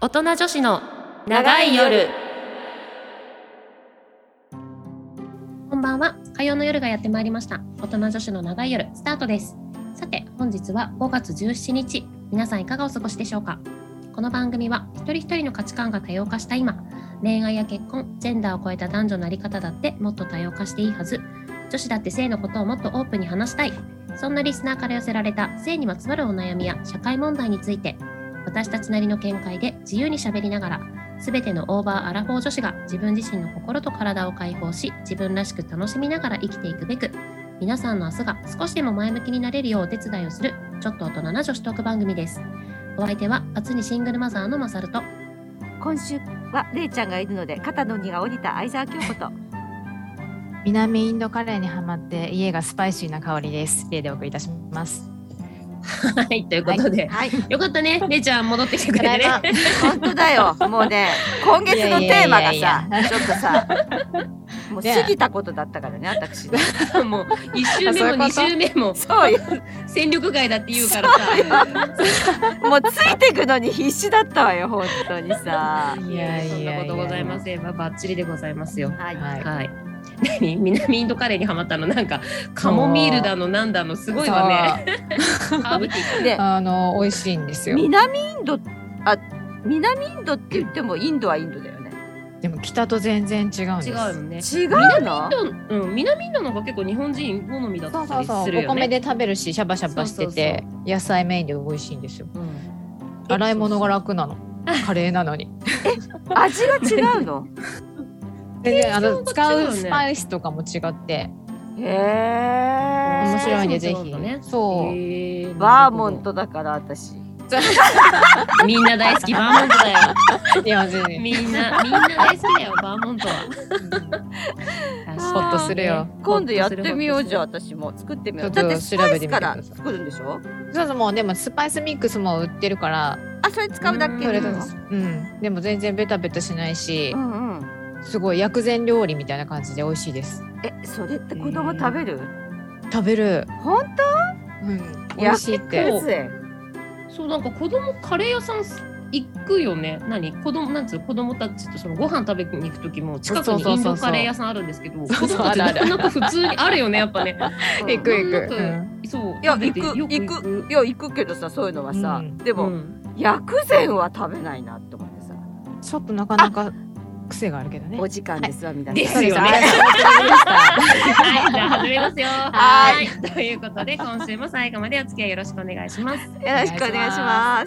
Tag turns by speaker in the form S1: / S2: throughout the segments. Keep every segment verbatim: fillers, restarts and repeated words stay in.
S1: 大人女子の長い夜。こんばんは。火曜の夜がやってまいりました。大人女子の長い夜スタートです。さて、本日はごがつじゅうしちにち、皆さんいかがお過ごしでしょうか。この番組は一人一人の価値観が多様化した今、恋愛や結婚、ジェンダーを超えた男女のあり方だってもっと多様化していいはず。女子だって性のことをもっとオープンに話したい。そんなリスナーから寄せられた性にまつわるお悩みや社会問題について、私たちなりの見解で自由に喋りながら、すべてのオーバーアラフォー女子が自分自身の心と体を解放し、自分らしく楽しみながら生きていくべく、皆さんの明日が少しでも前向きになれるようお手伝いをする、ちょっと大人な女子トーク番組です。お相手は初にシングルマザーのまさると、
S2: 今週はれいちゃんがいるので肩の荷が下りた相沢京子と、
S3: 南インドカレーにハマって家がスパイシーな香りです。れいでお送りいたします。
S1: はい、ということで、
S2: はい、
S1: よかったね、れいちゃん戻ってきてくれてね。
S2: 本当だよ。もうね、今月のテーマがさ、いやいやいやいやちょっとさ、もう過ぎたことだったからね、私ね。
S1: もういっしゅうめもにしゅうめも
S2: そうよ、
S1: 戦力外だって言うからさ、
S2: もうついていくのに必死だったわよ、本当にさ。
S1: いやいやいや、そんなことございません。バッチリでございますよ。
S2: はい
S1: はい。はい、何南インドカレーにハマったの、なんかカモミールだのなんだのすごいわね。ハーブティー
S3: で、あの美味しいんですよ。
S2: 南インド、あ、南インドって言ってもインドはインドだよね。
S3: でも北と全然違うんです。
S1: 違うよね。
S2: 違うの？
S1: 南インド、うん、南インドの方が結構日本人好みだったりするよね。
S3: そうそうそう、お米で食べるし、シャバシャバしてて、そうそうそう、野菜メインで美味しいんですよ。うん、洗い物が楽なの。カレーなのに。
S2: え、味が違うの？
S3: 全然あの使うスパイスとかも違って、
S2: へえ、
S3: 面白いんでぜひ。そう。
S2: バーモントだから私。
S1: みんな大好きバーモントだよ。
S3: いや全然。
S1: みんなみんな大好きだよバーモントは。
S3: ホッとするよ。
S2: 今度やってみよう。じゃあ私も作ってみよう。だってスパイスから作るんでしょ？
S3: そうそう、もうでもスパイスミックスも売ってるから。
S2: あ、それ使うだけ？
S3: それです。うん。でも全然ベタベタしないし。
S2: うんうん。
S3: すごい薬膳料理みたいな感じで美味しいです。
S2: え、それって子供食べる？
S3: 食べる。
S2: 本当？
S3: うん。美味しいって。
S1: そう、なんか子供カレー屋さん行くよね。何？子供なんつう子供たちとそのご飯食べに行く時も近くにインドカレー屋さんあるんですけど、子供たちなかなか普通にあるよね、やっぱね。
S3: 行く行く。
S2: そう。いや行く行くいや行くけどさ、そういうのはさ、でも薬膳は食べないなって思ってさ。
S3: ちょっとなかなか癖があるけどね。
S2: お時間ですわ、みたいな。
S1: ですよね。はい、じゃあ始めますよ。はい。ということで今週も最後までお付き合いよろしくお願いします。よ
S2: ろしくお願いします。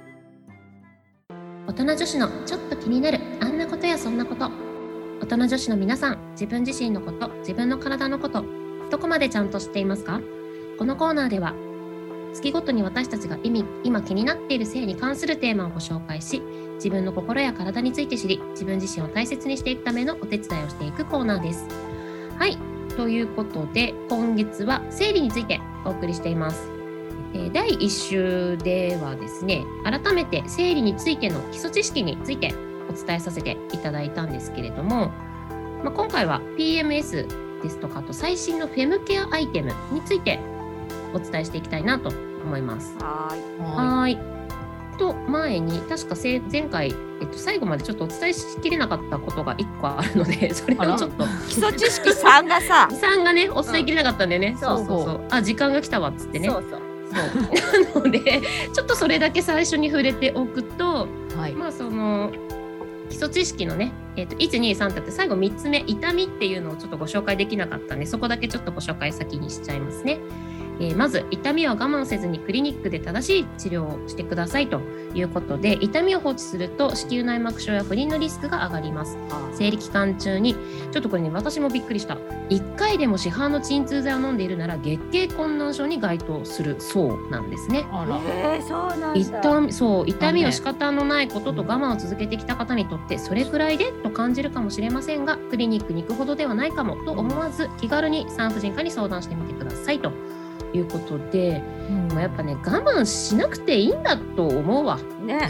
S1: 大人女子のちょっと気になるあんなことやそんなこと。大人女子の皆さん、自分自身のこと、自分の体のこと、どこまでちゃんと知っていますか？このコーナーでは月ごとに私たちが今気になっている性に関するテーマをご紹介し、自分の心や体について知り、自分自身を大切にしていくためのお手伝いをしていくコーナーです。はい、ということで今月は生理についてお送りしています。えー、だいいっ週ではですね、改めて生理についての基礎知識についてお伝えさせていただいたんですけれども、まあ、今回は ピーエムエス ですとか、あと最新のフェムケアアイテムについてお伝えしていきたいなと思います。
S2: はい
S1: はい。と前に確か前回、えっと、最後までちょっとお伝えしきれなかったことがいっこあるので、それをちょっと
S2: 基礎知識さんがさ
S1: さんがねお伝えきれなかったんでね、
S2: うん、
S1: そうそうそうあ時間が来たわっつってね、
S2: そうそう
S1: そうなのでちょっとそれだけ最初に触れておくと、はい、まあその基礎知識のね、えー、といち、に、さんってあって最後みっつめ痛みっていうのをちょっとご紹介できなかったんで、そこだけちょっとご紹介先にしちゃいますね。えー、まず痛みは我慢せずにクリニックで正しい治療をしてくださいということで、痛みを放置すると子宮内膜症や不妊のリスクが上がります。生理期間中にちょっとこれね私もびっくりした、いっかいでも市販の鎮痛剤を飲んでいるなら月経困難症に該当するそうなんですね。
S2: あら、えー、そうなんだ。
S1: 痛み、そう痛みを仕方のないことと我慢を続けてきた方にとってそれくらいでと感じるかもしれませんが、クリニックに行くほどではないかもと思わず気軽に産婦人科に相談してみてくださいということで、うん、もうやっぱね我慢しなくていいんだと思うわ
S2: ね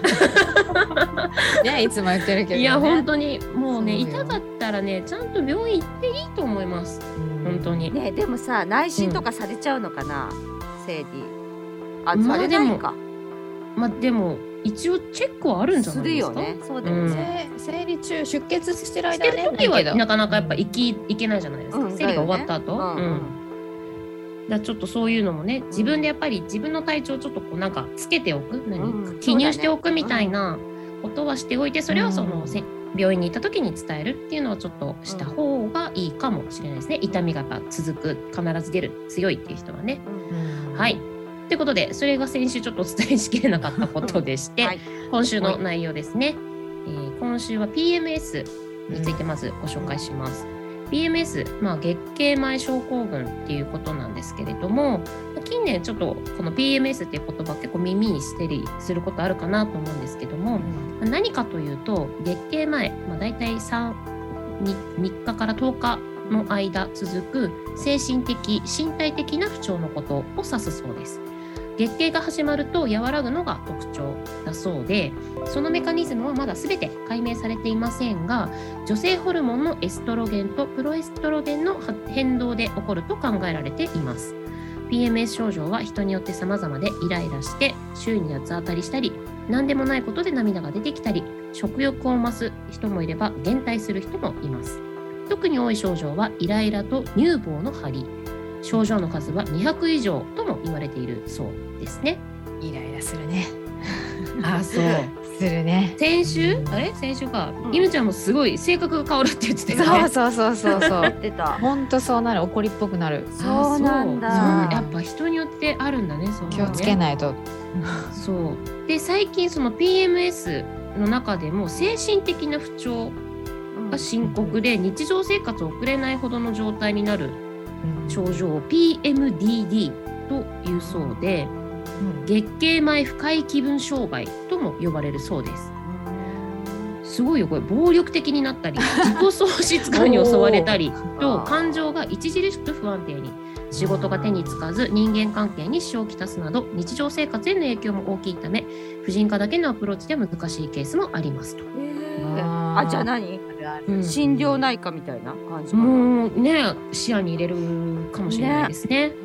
S3: ねいつも言ってるけど、ね、
S1: いや本当にもうね痛かったらねちゃんと病院行っていいと思います、うん、本当に
S2: ね。でもさ内診とかされちゃうのかな、うん、生理あされないか、
S1: まあでも一応チェックはあるんじゃないですか。
S2: するよね。そうだよね。
S3: 生生理中出血してる
S1: し
S3: 間はね
S1: てる時は
S3: ないけど
S1: なかなかやっぱ行き行けないじゃないですか、
S2: うん
S1: 生理が終わった後、
S2: だよねうん
S1: うんだからちょっとそういうのもね、自分でやっぱり自分の体調をちょっとこうなんかつけておく、何、
S2: うん
S1: 記入しておくみたいなことはしておいて、それはその、
S3: うん
S1: せ病院に行った時に伝えるっていうのはちょっとした方がいいかもしれないですね。痛みが続く、必ず出る、強いっていう人はね。
S3: うん
S1: はい。ということで、それが先週ちょっとお伝えしきれなかったことでして、
S2: はい
S1: 今週の内容ですね、えー今週は ピーエムエス についてまずご紹介します。ピーエムエス、まあ、月経前症候群っていうことなんですけれども、近年ちょっとこの ピーエムエス っていう言葉結構耳にしたりすることあるかなと思うんですけども、何かというと月経前、まあ、大体さんにみっかからとおかの間続く精神的身体的な不調のことを指すそうです。月経が始まると和らぐのが特徴だそうで、そのメカニズムはまだ全て解明されていませんが、女性ホルモンのエストロゲンとプロエストロゲンの変動で起こると考えられています。ピーエムエス 症状は人によって様々で、イライラして周囲に八つ当たりしたり、何でもないことで涙が出てきたり、食欲を増す人もいれば減退する人もいます。特に多い症状はイライラと乳房の張り、症状の数はにひゃく以上とも言われているそうですね。
S3: イライラするね。
S1: あ、そう。
S3: するね。
S1: 先週、あれ先週か、
S2: うん
S1: イムちゃんもすごい性格が変わるって言ってたよね。
S3: そうそうそうそうそう。
S2: 出た。
S3: 本当そうなる、怒りっぽくなる。
S2: そうなんだ
S1: あそうやっぱ人によってあるんだね。そういうのね
S3: 気をつけないと。
S1: そうで最近その ピーエムエス の中でも精神的な不調が深刻で日常生活を送れないほどの状態になる症状を ピーエムディーディー というそうで、月経前不快気分障害とも呼ばれるそうです。すごいよこれ。暴力的になったり自己喪失感に襲われたりと感情が著しく不安定に、仕事が手につかず人間関係に支障をきたすなど日常生活への影響も大きいため、婦人科だけのアプローチでは難しいケースもありますと。
S2: えー、あ、じゃあ何、
S1: うん
S2: 心療内科みたいな感じかな。
S1: もうね視野に入れるかもしれないですね。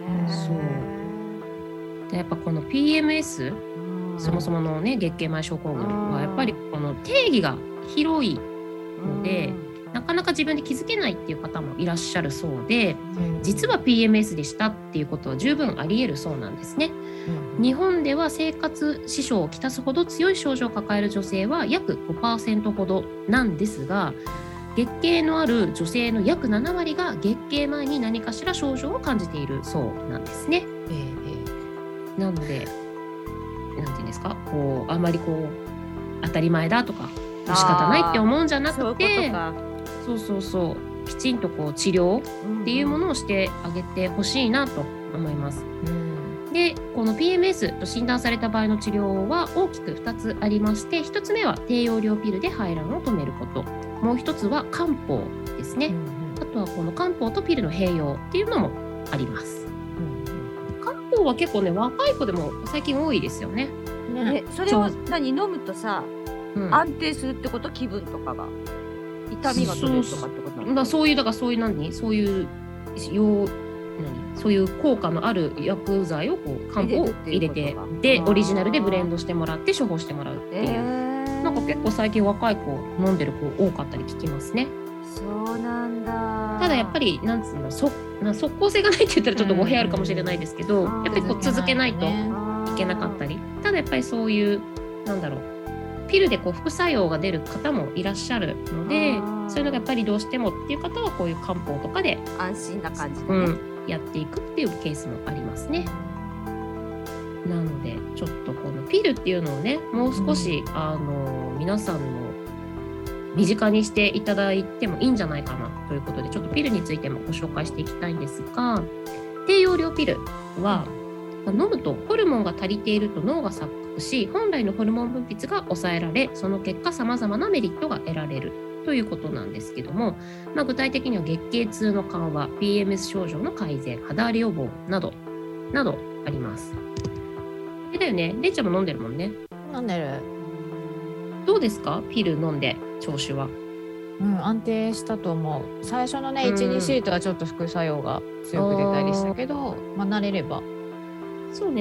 S1: そうでやっぱこの ピーエムエス、そもそものね月経前症候群はやっぱりこの定義が広いので、なかなか自分で気づけないっていう方もいらっしゃるそうで、実は ピーエムエス でしたっていうことは十分あり得るそうなんですね。日本では生活支障をきたすほど強い症状を抱える女性は約 ごパーセント ほどなんですが、月経のある女性の約ななわりが月経前に何かしら症状を感じているそうなんですね。
S3: えー、
S1: なのでなんていうんですか、こうあんまりこう当たり前だとか仕方ないって思うんじゃなくて、そうそうそうきちんとこう治療っていうものをしてあげてほしいなと思います。でこの ピーエムエス と診断された場合の治療は大きくふたつありまして、ひとつめは低用量ピルで排卵を止めること、もう一つは漢方ですね。あとはこの漢方とピルの併用っていうのもあります。漢方は結構ね若い子でも最近多いですよね。
S2: え、それを何飲むとさ、
S1: うん、
S2: 安定するってこと？気分とかが痛みが取れるとかってことなの？
S1: だそういうだからそういう何そういう用何そういう効果のある薬剤をこう漢方を入れて、でオリジナルでブレンドしてもらって処方してもらうっていう、えー、なんか結構最近若い子飲んでる子多かったり聞きますね。
S2: そうなんだ。
S1: ただやっぱりなんつうのそな即効性がないって言ったらちょっと語弊あるかもしれないですけど、やっぱりこう続けないといけなかったり、ただやっぱりそういうなんだろうピルでこう副作用が出る方もいらっしゃるので、そういうのがやっぱりどうしてもっていう方はこういう漢方とかで
S2: 安心な感じで、ね、
S1: うん、やっていくっていうケースもありますね。なのでちょっとこのピルっていうのをねもう少し、うん、あの皆さんの身近にしていただいてもいいんじゃないかなということで、ちょっとピルについてもご紹介していきたいんですが、低用量ピルは飲むとホルモンが足りていると脳が錯覚し、本来のホルモン分泌が抑えられ、その結果さまざまなメリットが得られるということなんですけども、まあ、具体的には月経痛の緩和、ピーエムエス 症状の改善、肌荒れ予防などなどあります。あれだよね、れいちゃんも飲んでるもんね。
S3: 飲んでる。
S1: どうですかピル飲んで調子は？
S3: うん、安定したと思う。最初のね いち、にシートはちょっと副作用が強く出たりしたけど、まあ慣れれば。
S1: そうね、な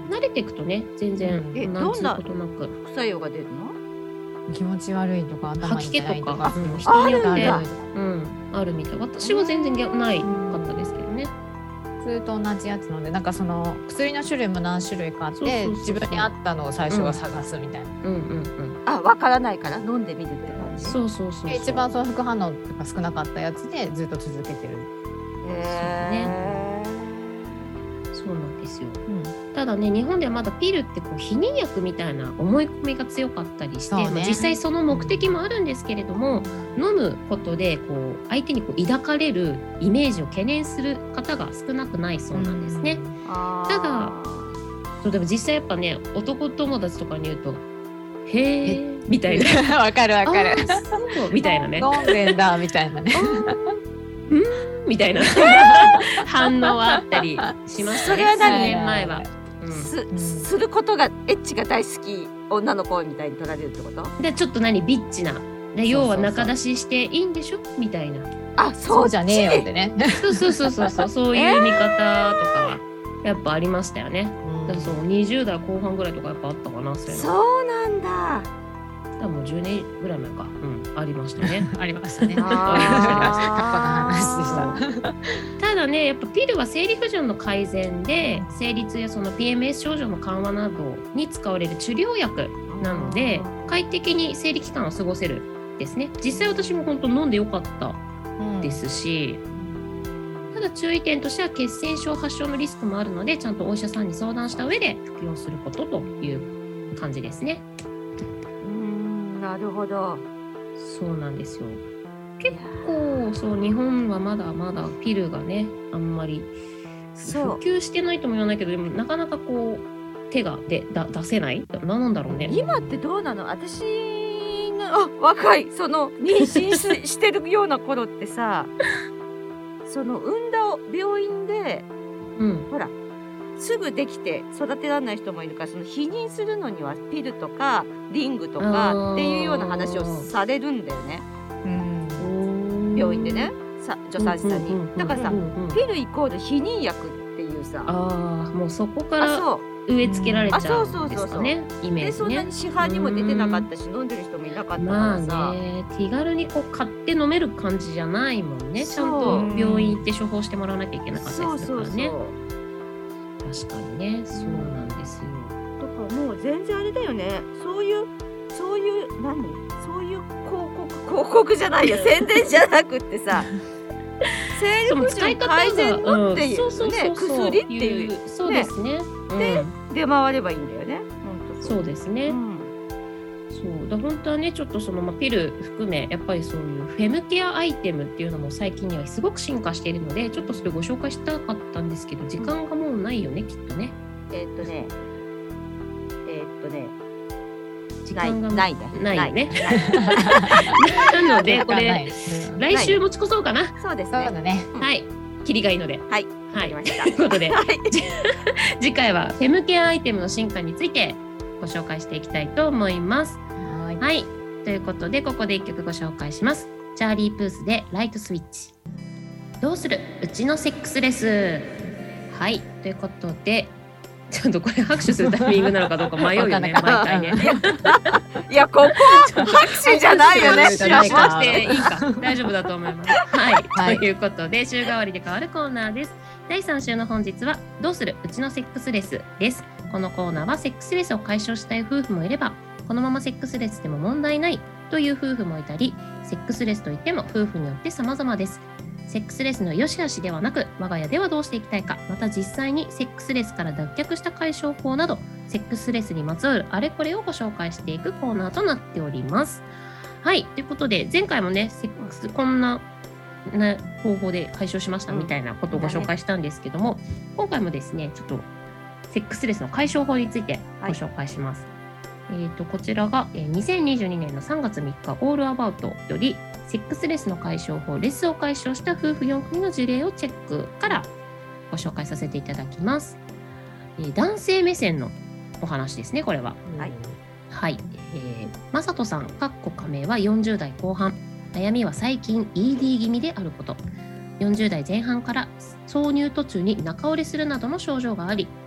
S1: 慣れていくとね全然
S2: え
S1: なんつうことなく
S2: 副作用が出るの？
S3: 気持ち悪いとか頭
S1: 吐き気
S3: 痛いとか、
S1: とか、うん、
S2: あ
S1: 人によって
S2: あるんだ
S1: うん、あるみたい。私は全然ないかったですけどね。
S3: 普通と同じやつ飲んで、なんかその薬の種類も何種類かあって
S1: そうそうそうそう
S3: 自分に合ったのを最初は探すみたいな、
S1: うんうんうん。
S2: あ、わからないから飲んでみるって感じ。
S1: そうそうそうそう。
S3: で一番その副反応が少なかったやつでずっと続けてる、
S2: へ
S1: そうなんですよ。
S3: うん、
S1: ただね、日本ではまだピルってこう避妊薬みたいな思い込みが強かったりして、
S3: そうね
S1: まあ実際その目的もあるんですけれども、飲むことでこう相手にこう抱かれるイメージを懸念する方が少なくないそうなんですね。
S2: ーあー
S1: ただそうでも実際やっぱね、男友達とかに言うと「へえ」みたいな
S3: わかるわかる
S1: あーそうみたいなね
S3: 飲んでんだみたいなね
S1: あーうんみたいな反応はあったりしましたね。
S2: それは何
S1: 数年前は。うん
S2: すすることがエッチが大好き女の子みたいに取られるってこと？
S1: でちょっと何ビッチなで
S3: そうそう
S1: 要は仲出ししていいんでしょみたいな
S2: あ、
S3: そうじゃねえよって
S2: ね。
S3: ね、
S1: そうそうそうそうそうそういう見方とかはやっぱありましたよね。
S3: うん
S1: だからそうにじゅう代後半ぐらいとかやっぱあったかな。そういうの
S2: そうなんだ。
S1: 多分じゅうねんぐらい前か、うん、ありましたね。
S3: ありましたね
S2: あ
S3: 過去の話でした
S1: ただねやっぱピルは生理不順の改善で生理痛やその ピーエムエス 症状の緩和などに使われる治療薬なので快適に生理期間を過ごせるですね。実際私も本当飲んでよかったですし、ただ注意点としては血栓症発症のリスクもあるのでちゃんとお医者さんに相談した上で服用することという感じですね。
S2: うーん、なるほど。
S1: そうなんですよ。結構そう日本はまだまだピルがねあんまり普
S2: そう
S1: 及してないとも言わないけどでもなかなかこう手がでだ出せない何なんだろうね。
S2: 今ってどうなの？私のあ若いその妊娠ししてるような頃ってさその産んだ病院で
S1: うん
S2: ほらすぐできて育てられない人もいるからその避妊するのにはピルとかリングと
S1: あ
S2: か
S1: ー
S2: っていうような話をされるんだよね
S3: うん
S2: 病院でねさ助産師さんに
S1: うんうんうんうん
S2: だからさ
S1: うんうん
S2: ピルイコール避妊薬っていうさ
S1: ああもうそこか
S2: あ
S1: ら
S2: そう
S1: 植え付けられちゃ
S2: あ
S1: う
S2: そうんそうそうそう
S1: ですかねイメージ
S2: でそんな
S1: ね。
S2: に市販にも出てなかったし飲んでる人もいなかったか
S1: まあ
S2: らさ、
S1: ね手軽にこう買って飲める感じじゃないもんね。ちゃん
S2: そう
S1: と病院行って処方してもらわなきゃいけなかったり
S2: そうそうそう
S1: するからね。確かにねそうなんですよ。
S2: だからもう全然あれだよねそういうそういう何そういう広告広告じゃないよ宣伝じゃなくってさ生理不順改善のっていうね薬っていう
S1: そうですね。
S2: で
S1: うん
S2: 出回ればいいんだよね本当
S1: そうですね。
S2: うん
S1: そうだ本当はねちょっとその、まあ、ピル含めやっぱりそういうフェムケアアイテムっていうのも最近にはすごく進化しているのでちょっとそれご紹介したかったんですけど時間がもうないよねきっとね。
S2: えーっとねえーっとね
S1: 時
S2: ない
S1: 間が
S2: ないね
S1: ないよね。
S2: ない
S1: なのでこ
S3: ない
S1: れ
S3: うん
S1: 来週持ち越そうかな。
S2: そうですね
S3: そうだね
S1: はいキリがいいので。
S2: はい
S1: はい。
S2: わかりました
S1: ということで
S2: はい
S1: 次回はフェムケアアイテムの進化についてご紹介していきたいと思います。
S3: はい
S1: はい。ということで、ここで一曲ご紹介します。チャーリー・プースでライトスイッチ。どうするうちのセックスレス。はい。ということで、ちょっとこれ拍手するタイミングなのかどうか迷うよね、
S3: わかんな
S1: 毎回ね。
S2: いやここは拍手じゃないよね
S1: 拍手はしましていいか。大丈夫だと思います。はい。
S3: はい
S1: ということで、週替わりで変わるコーナーです。だいさん週の本日は、どうするうちのセックスレスです。このコーナーは、セックスレスを解消したい夫婦もいれば、このままセックスレスでも問題ないという夫婦もいたり、セックスレスといっても夫婦によって様々です。セックスレスの良し悪しではなく、我が家ではどうしていきたいか、また実際にセックスレスから脱却した解消法など、セックスレスにまつわるあれこれをご紹介していくコーナーとなっております。はい、ということで、前回もね、セックス、こんな、な方法で解消しましたみたいなことをご紹介したんですけども、今回もですね、ちょっとセックスレスの解消法についてご紹介します。えー、とこちらが、えー、にせんにじゅうにねんのさんがつみっかオールアバウトよりセックスレスの解消法レスを解消した夫婦よん組の事例をチェックからご紹介させていただきます。えー、男性目線のお話ですねこれは。
S2: はい
S1: はい、えー、まさとさんかっこ仮名はよんじゅう代後半悩みは最近 イーディー 気味であることよんじゅう代前半から挿入途中に中折れするなどの症状があり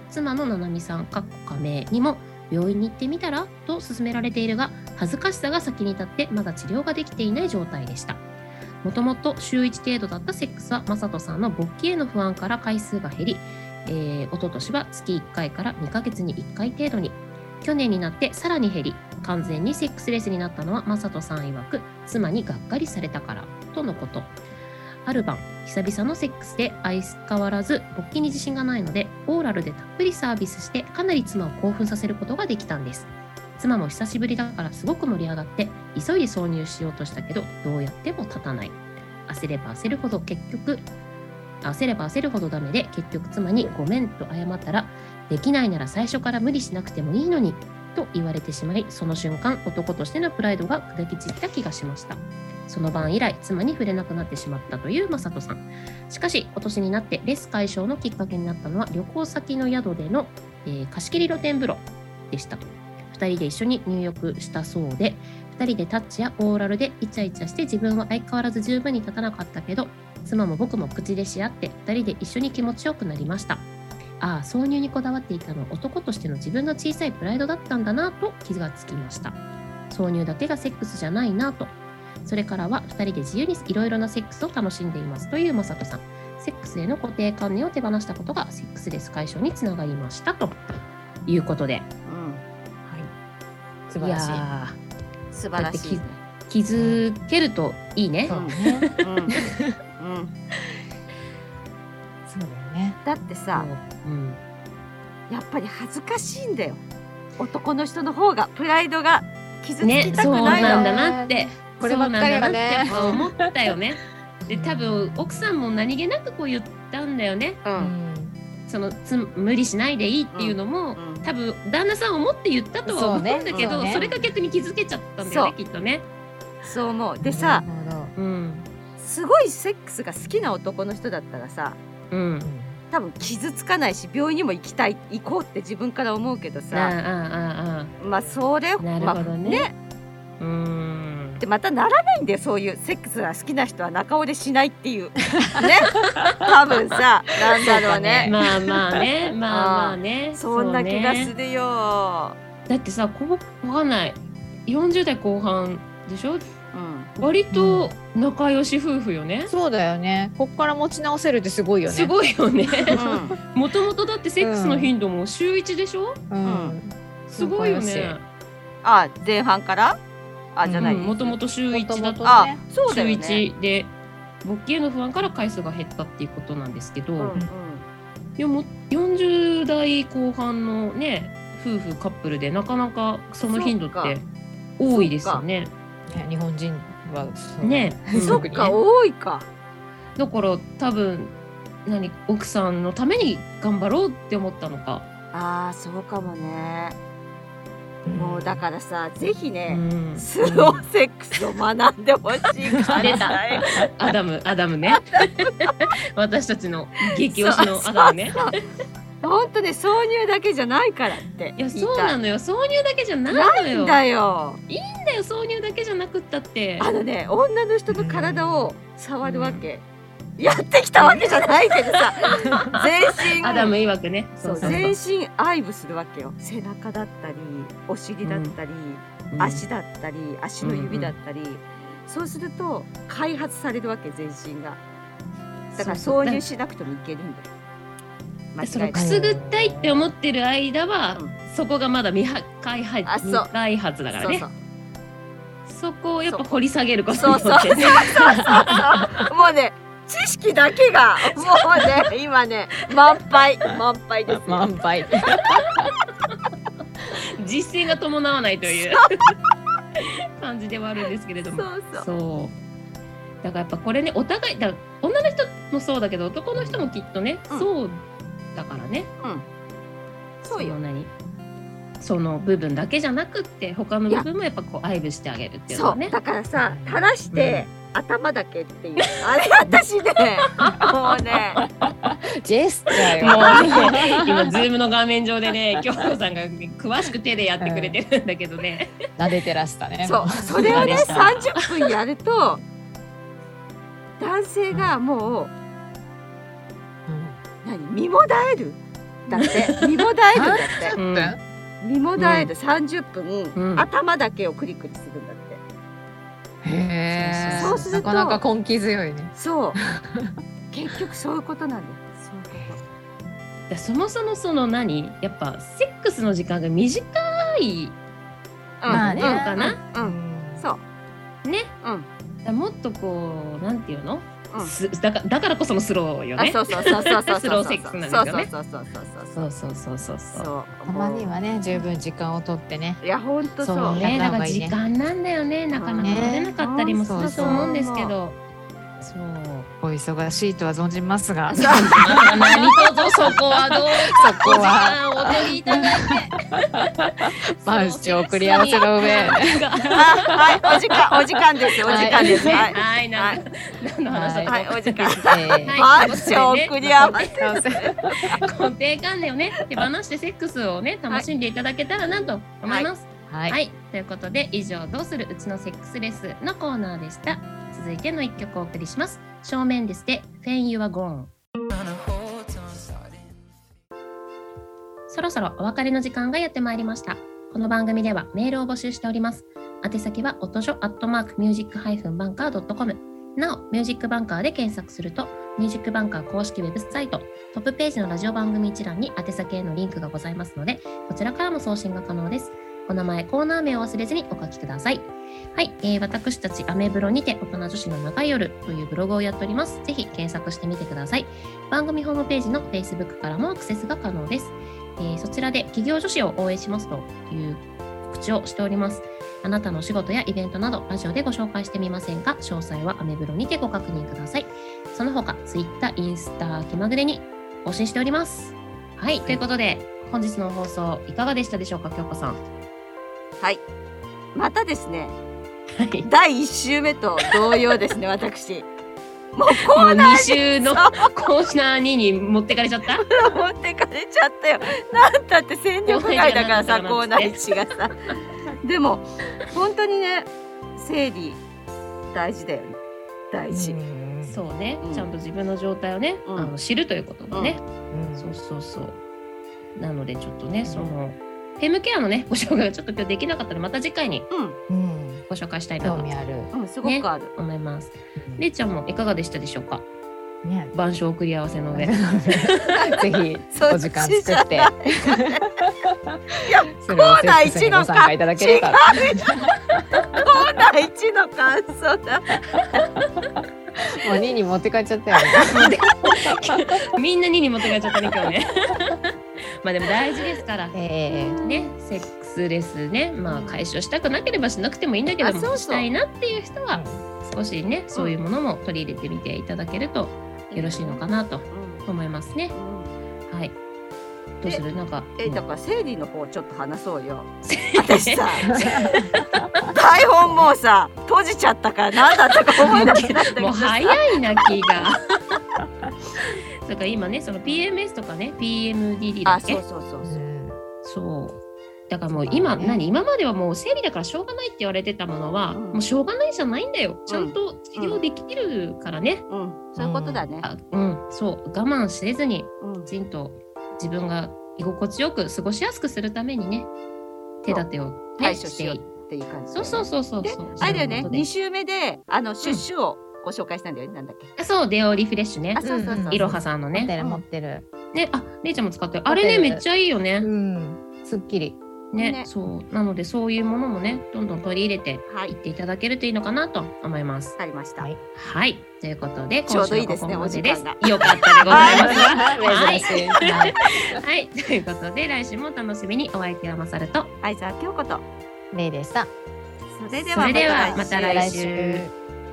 S1: 妻のななみさんかっこ仮名にも病院に行ってみたらと勧められているが、恥ずかしさが先に立ってまだ治療ができていない状態でした。もともと週いち程度だったセックスはマサトさんの勃起への不安から回数が減り、えー、一昨年は月いっかいからにかげつにいっかい程度に、去年になってさらに減り、完全にセックスレスになったのはマサトさん曰く妻にがっかりされたからとのこと。ある晩、久々のセックスで相変わらず勃起に自信がないので、オーラルでたっぷりサービスしてかなり妻を興奮させることができたんです。妻も久しぶりだからすごく盛り上がって急いで挿入しようとしたけど、どうやっても立たない。焦れば焦るほど結局焦れば焦るほどダメで、結局妻にごめんと謝ったら、できないなら最初から無理しなくてもいいのにと言われてしまい、その瞬間男としてのプライドが砕け散った気がしました。その晩以来妻に触れなくなってしまったというマサトさん。しかし今年になってレス解消のきっかけになったのは、旅行先の宿での、えー、貸し切り露天風呂でした。ふたりで一緒に入浴したそうで、ふたりでタッチやオーラルでイチャイチャして、自分は相変わらず十分に立たなかったけど、妻も僕も口でし合ってふたりで一緒に気持ちよくなりました。ああ、挿入にこだわっていたのは男としての自分の小さいプライドだったんだなと気がつきました。挿入だけがセックスじゃないなと。それからはふたりで自由にいろいろなセックスを楽しんでいますというマサトさん。セックスへの固定観念を手放したことがセックスレス解消につながりましたということで、うん、はい、
S3: 素晴らしい。
S2: いや素晴らしい、ね、
S1: 気づけるといいね。
S3: そうね。
S2: うんうん、
S3: そうだよね。
S2: だってさ、
S1: うん、
S2: やっぱり恥ずかしいんだよ。男の人の方がプライドが傷つきたく
S1: ね、
S2: ないの。
S1: そうなんだなって、
S3: こればっかりはね、
S1: そうなんだなって思ったよね。で、多分奥さんも何気なくこう言ったんだよね。
S2: うん、
S1: そのつ無理しないでいいっていうのも、うんうん、多分旦那さん思って言ったとは思うんだけど、 そ,、ね、それが逆に気づけちゃったんだよね、きっとね。
S2: そう思う。でさ、
S1: うん、
S2: すごいセックスが好きな男の人だったらさ、
S1: うん、
S2: 多分傷つかないし、病院にも行きたい行こうって自分から思うけどさ、
S1: ああああ、
S2: まあそれ
S1: なるほどね、
S2: まあ、ね、
S1: うーん、
S2: でまたならないんだよ、そういうセックスが好きな人は中折れしないっていうね多分さ、なんだろうね、
S1: まあまあね、まあまあね、
S2: そんな気がするよ。
S1: だってさ、こうわかんない、よんじゅう代後半でしょ、うん、割と仲良し夫婦よね、
S3: うん、そうだよね。こっから持ち直せるってすごいよね。
S1: すごいよね。もともとだってセックスの頻度も週いちでしょ、うんうん、すごいよね。
S2: あ、前半からあ、じゃない、
S1: もともと週いちだった、
S2: あ、そうだよね、
S1: 週いちで勃起への不安から回数が減ったっていうことなんですけど、うんうん、いやもよんじゅう代後半のね夫婦カップルでなかなかその頻度って多いですよね。
S3: ね、日本人は
S1: そうね、
S2: そっか、多いか。
S1: だから多分何奥さんのために頑張ろうって思ったのか。
S2: ああ、そうかもね。もうだからさ、ぜひね、うん、スローセックスを学んでほしいから。
S1: アダム、アダムね。私たちの激推しのアダムね。
S2: 本当ね、挿入だけじゃないからって。
S1: いや、そうなのよ。挿入だけじゃないのよ。
S2: ないんだよ。
S1: いいんだよ、挿入だけじゃなくったって。
S2: あのね、女の人の体を触るわけ。うん、やってきたわけじゃないけどさ、全身
S1: アダム曰くね、
S2: そうそうそう、全身愛撫するわけよ。背中だったり、お尻だったり、うん、足だったり、足の指だったり、うんうん、そうすると開発されるわけ、全身が。だから挿入しなくてもいけるんだよ。
S1: そのくすぐったいって思ってる間は、うん、そこがまだ未開発、未開発だからね。そうそう、そこをやっぱ掘り下げることによってね。そうそうそう
S2: そう。もうね、知識だけがもうね、今ね、満杯満杯です、ね。
S3: 満杯。
S1: 実践が伴わないという感じではあるんですけれども。
S2: そうそう。
S1: そうだからやっぱこれね、お互いだ、女の人もそうだけど男の人もきっとね、うん、そうだからね。うん。そうよ。その何？その部分だけじゃなくって他の部分もやっぱこう愛撫してあげるっていうのはね。
S2: そうだからさ、垂らして、うん、頭だけっていうあれ私ねもうね
S3: ジェスチャーよ。
S1: もうね、今ズームの画面上でね、京子さんが詳しく手でやってくれてるんだけどね、
S3: うん、撫でてらしたね。
S2: そうそれをねさんじゅっぷんやると男性がもう、うん、何身もだえるだって身もだえるんだって
S3: さんじゅっぷん、
S1: うん
S2: 身もだえるさんじゅっぷん、
S1: うん、
S2: 頭だけをクリクリするんだって。
S3: へえ、
S2: そうすると
S3: なかなか根気強いね。
S2: そう結局そういうことなんだよ。そういうこ
S1: でそもそもその何やっぱセックスの時間が短い
S2: と。
S3: まあね
S1: のかな、
S2: うん、うん、そう。
S1: ね、
S2: うん。
S1: だもっとこうなんていうの、
S2: うん、
S1: すだかだからこそのスローよね。
S2: あ、そうそうそうそうそう
S1: スローセックスなんですよね。
S2: そうそうそうそう
S1: そうそうそうそうそう。
S2: そう
S3: たまにはね、十分時間をとってね。
S2: いや本当そう。
S1: そうね、だから時
S3: やった方がいいね
S1: 間なんだよね。なかなか取れなかったりもすると思うんですけど。そう。
S3: お忙しいとは存じますが。
S2: そう
S1: 何卒そこはどう
S3: そこは
S1: お時間お取りいただいて。
S3: 番紙を送り合わせの上。
S2: あ、はい、お時間お時間です。お時間です。はい。
S1: はい、なんか何の話だった
S2: はい、お時間。
S1: はい、
S2: 番紙を送り合わせ。
S1: 固定観念をね手放してセックスをね楽しんでいただけたらなと思います。
S3: はい、
S1: はい、ということで以上どうするうちのセックスレスのコーナーでした。続いての一曲をお送りします。正面ですで When You Are Gone。そろそろお別れの時間がやってまいりました。この番組ではメールを募集しております。宛先は音女アットマークミュージックハイフンバンカードットコム。なおミュージックバンカーで検索するとミュージックバンカー公式ウェブサイトトップページのラジオ番組一覧に宛先へのリンクがございますので、こちらからも送信が可能です。お名前、コーナー名を忘れずにお書きください。はい、えー、私たちアメブロにて大人女子の長い夜というブログをやっております。ぜひ検索してみてください。番組ホームページの Facebook からもアクセスが可能です。えー、そちらで企業女子を応援しますという告知をしております。あなたのお仕事やイベントなどラジオでご紹介してみませんか？詳細はアメブロにてご確認ください。その他 Twitter、インスタ、気まぐれに更新しております。はい、ということで本日の放送いかがでしたでしょうか、京子さん。
S2: はい、またですね、
S1: はい、
S2: だいいっ週目と同様ですね、私もうコーナー
S1: に週のコーナーにに持ってかれちゃった
S2: 持ってかれちゃったよ。なんだって戦力外だからさ、コーナーいちがさでも本当にね、生理大事だよね。大事。
S1: そうね、
S2: うん、
S1: ちゃんと自分の状態をね、うん、あの知るということもね、うん、そうそうそうなのでちょっとね、うん、そのフェムケアのねご紹介がちょっと今日できなかったので、また次回にご紹介したいなと、
S3: 興味ある、
S2: うん、すごくある、ね、
S1: 思います。れいちゃんもいかがでしたでしょうか。
S3: ね、
S1: 板書送り合わせの上ぜ
S3: ひお時間作っていや
S2: コーナーいちの
S3: ご参加いただければ。
S2: コーナーいちの感想だ
S3: もうにに持って帰っちゃったよね
S1: みんなにに持って帰っちゃったね今日ねまあでも大事ですから、えー、ね、セックスレスね、まあ解消したくなければしなくてもいいんだけども、そうそうしたいなっていう人は少しね、そういうものも取り入れてみていただけるとよろしいのかなと思いますね。はい。どうする？なんか
S2: えだから生理の方ちょっと話そうよ。私さ台本もうさ閉じちゃったから何だったか思い出せないんだけど
S1: もう早いな気が。だから今ね、その ピーエムエス とかね ピーエムディーディー だっけ？
S2: あ、そうそうそうそう。
S1: そう。だからもう今、ね、何今まではもう生理だからしょうがないって言われてたものは、うん、もうしょうがないじゃないんだよ。ちゃんと治療できるからね。
S2: うんうん、そういうことだね。
S1: うん、そう我慢せずにきちんと自分が居心地よく過ごしやすくするためにね、手立てを、ね、
S2: 対処しようっていう感じ、
S1: ね。そうそうそうそうそう。
S2: あれだよね。に週目であのシュッシュをご紹介したんだよね。なんだっけ。
S1: そうデオリフレッシュね。
S2: あ、そうそうそう。
S1: いろはさんのね。
S3: 持ってる持ってる。
S1: ね、あ、れいちゃんも使ってる。あれねめっちゃいいよね。
S3: うん。すっきり。
S1: ね、ね、そうなのでそういうものもねどんどん取り入れていっていただけるといいのかなと思います。
S2: わかりました。はい、
S1: はい、ということで
S2: ちょうどいいですね、お時間が。
S1: よかったでございます
S3: はい、珍しい。はい、
S1: はい、ということで来週も楽しみに。お相手はまさると
S2: 相沢京子と
S3: れいでした。
S2: それでは
S1: それではまた来週。